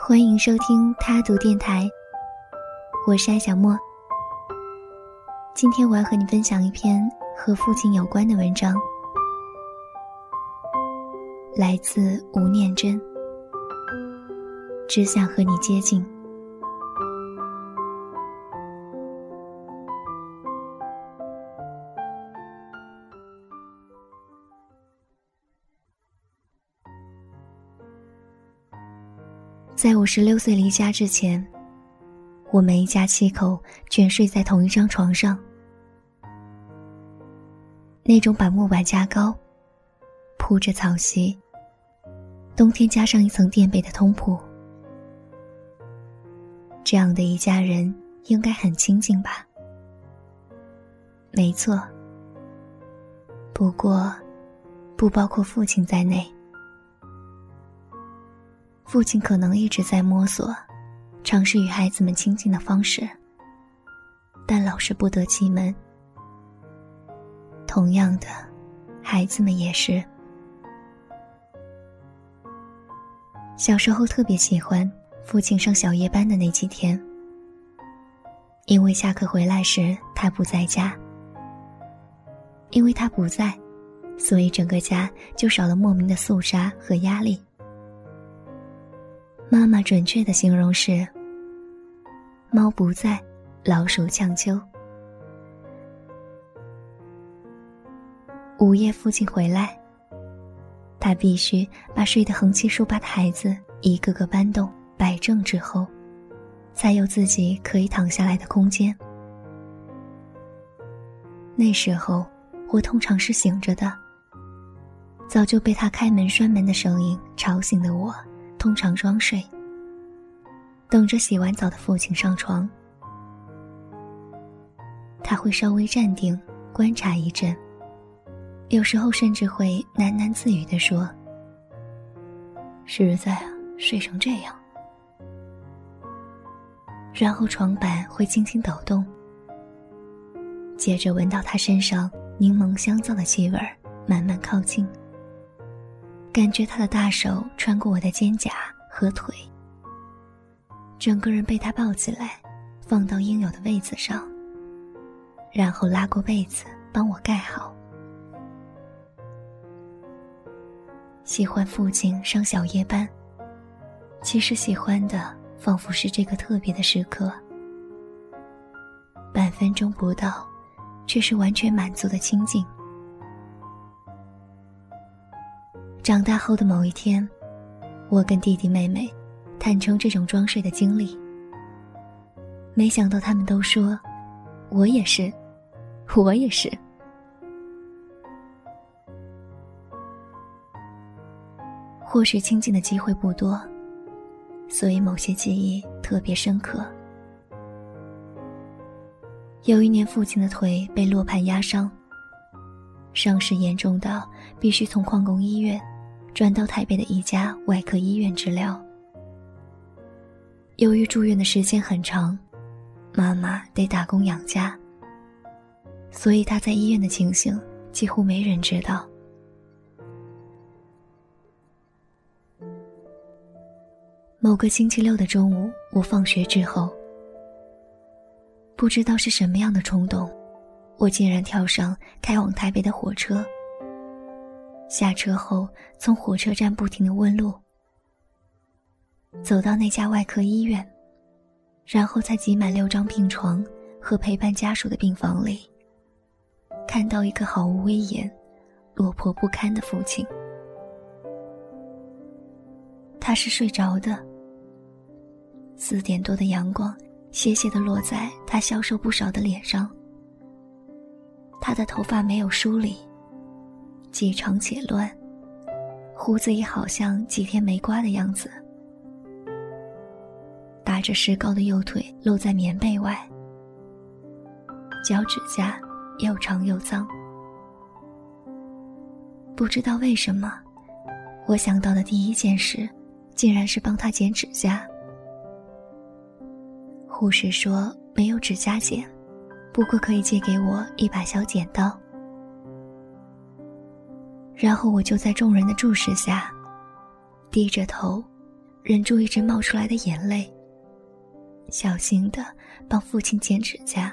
欢迎收听他读电台，我是艾小莫。今天我要和你分享一篇和父亲有关的文章，来自吴念真。只想和你接近。在我16岁离家之前，我们一家7口全睡在同一张床上，那种把木板加高，铺着草席，冬天加上一层垫被的通铺。这样的一家人应该很亲近吧？没错，不过不包括父亲在内。父亲可能一直在摸索，尝试与孩子们亲近的方式，但老是不得其门。同样的，孩子们也是。小时候特别喜欢父亲上小夜班的那几天，因为下课回来时他不在家。因为他不在，所以整个家就少了莫名的肃杀和压力。妈妈准确的形容是：猫不在，老鼠呛秋。午夜父亲回来，他必须把睡得横七竖八的孩子一个个搬动摆正之后，才有自己可以躺下来的空间。那时候我通常是醒着的，早就被他开门拴门的声音吵醒的我通常装睡，等着洗完澡的父亲上床。他会稍微站定观察一阵，有时候甚至会喃喃自语地说：实在啊，睡成这样。然后床板会轻轻抖动，接着闻到他身上柠檬香皂的气味，慢慢靠近，感觉他的大手穿过我的肩胛和腿，整个人被他抱起来放到应有的位子上，然后拉过被子帮我盖好。喜欢父亲上小夜班，其实喜欢的仿佛是这个特别的时刻，半分钟不到，却是完全满足的清静。长大后的某一天，我跟弟弟妹妹坦诚这种装睡的经历，没想到他们都说：我也是，我也是。或许亲近的机会不多，所以某些记忆特别深刻。有一年父亲的腿被落盘压伤，伤势严重到必须从矿工医院转到台北的一家外科医院治疗。由于住院的时间很长，妈妈得打工养家，所以他在医院的情形几乎没人知道。某个星期六的中午，我放学之后，不知道是什么样的冲动，我竟然跳上开往台北的火车。下车后，从火车站不停地问路，走到那家外科医院，然后在挤满6张病床和陪伴家属的病房里，看到一个毫无威严、落魄不堪的父亲。他是睡着的，4点多的阳光斜斜地落在他消瘦不少的脸上，他的头发没有梳理，既长且乱，胡子也好像几天没刮的样子，打着石膏的右腿露在棉被外，脚趾甲又长又脏。不知道为什么，我想到的第一件事竟然是帮他剪指甲。护士说没有指甲剪，不过可以借给我一把小剪刀。然后我就在众人的注视下低着头忍住一直冒出来的眼泪，小心地帮父亲剪指甲。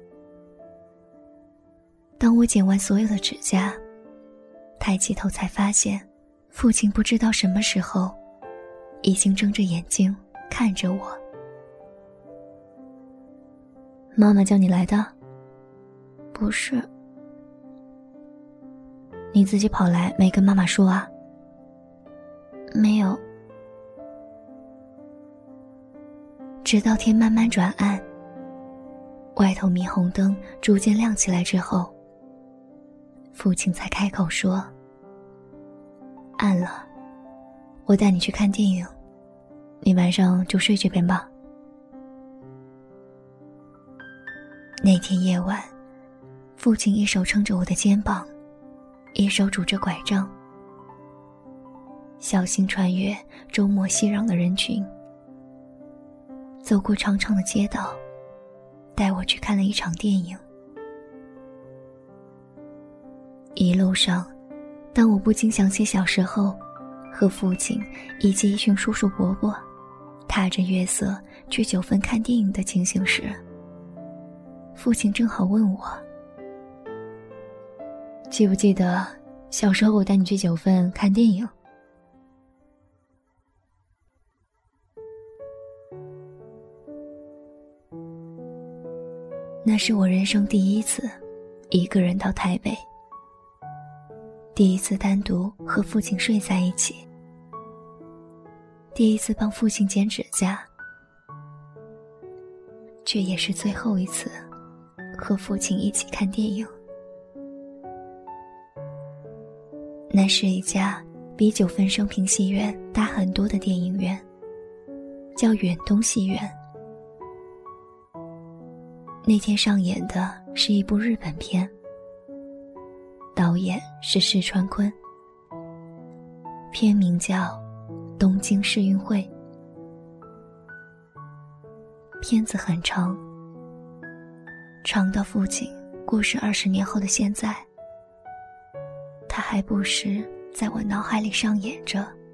当我剪完所有的指甲，抬起头才发现，父亲不知道什么时候已经睁着眼睛看着我。妈妈叫你来的？不是。你自己跑来没跟妈妈说啊？没有。直到天慢慢转暗，外头霓虹灯逐渐亮起来之后，父亲才开口说：暗了，我带你去看电影，你晚上就睡这边吧。那天夜晚，父亲一手撑着我的肩膀，一手拄着拐杖，小心穿越周末熙攘的人群，走过长长的街道，带我去看了一场电影。一路上，当我不禁想起小时候和父亲以及一群叔叔伯伯踏着月色去九份看电影的情形时，父亲正好问我：记不记得小时候我带你去九份看电影？那是我人生第一次一个人到台北，第一次单独和父亲睡在一起，第一次帮父亲剪指甲，却也是最后一次和父亲一起看电影。那是一家比九份升平戏院大很多的电影院，叫远东戏院。那天上演的是一部日本片，导演是石川昆，片名叫《东京世运会》。片子很长，长到父亲过世20年后的现在，它还不时在我脑海里上演着。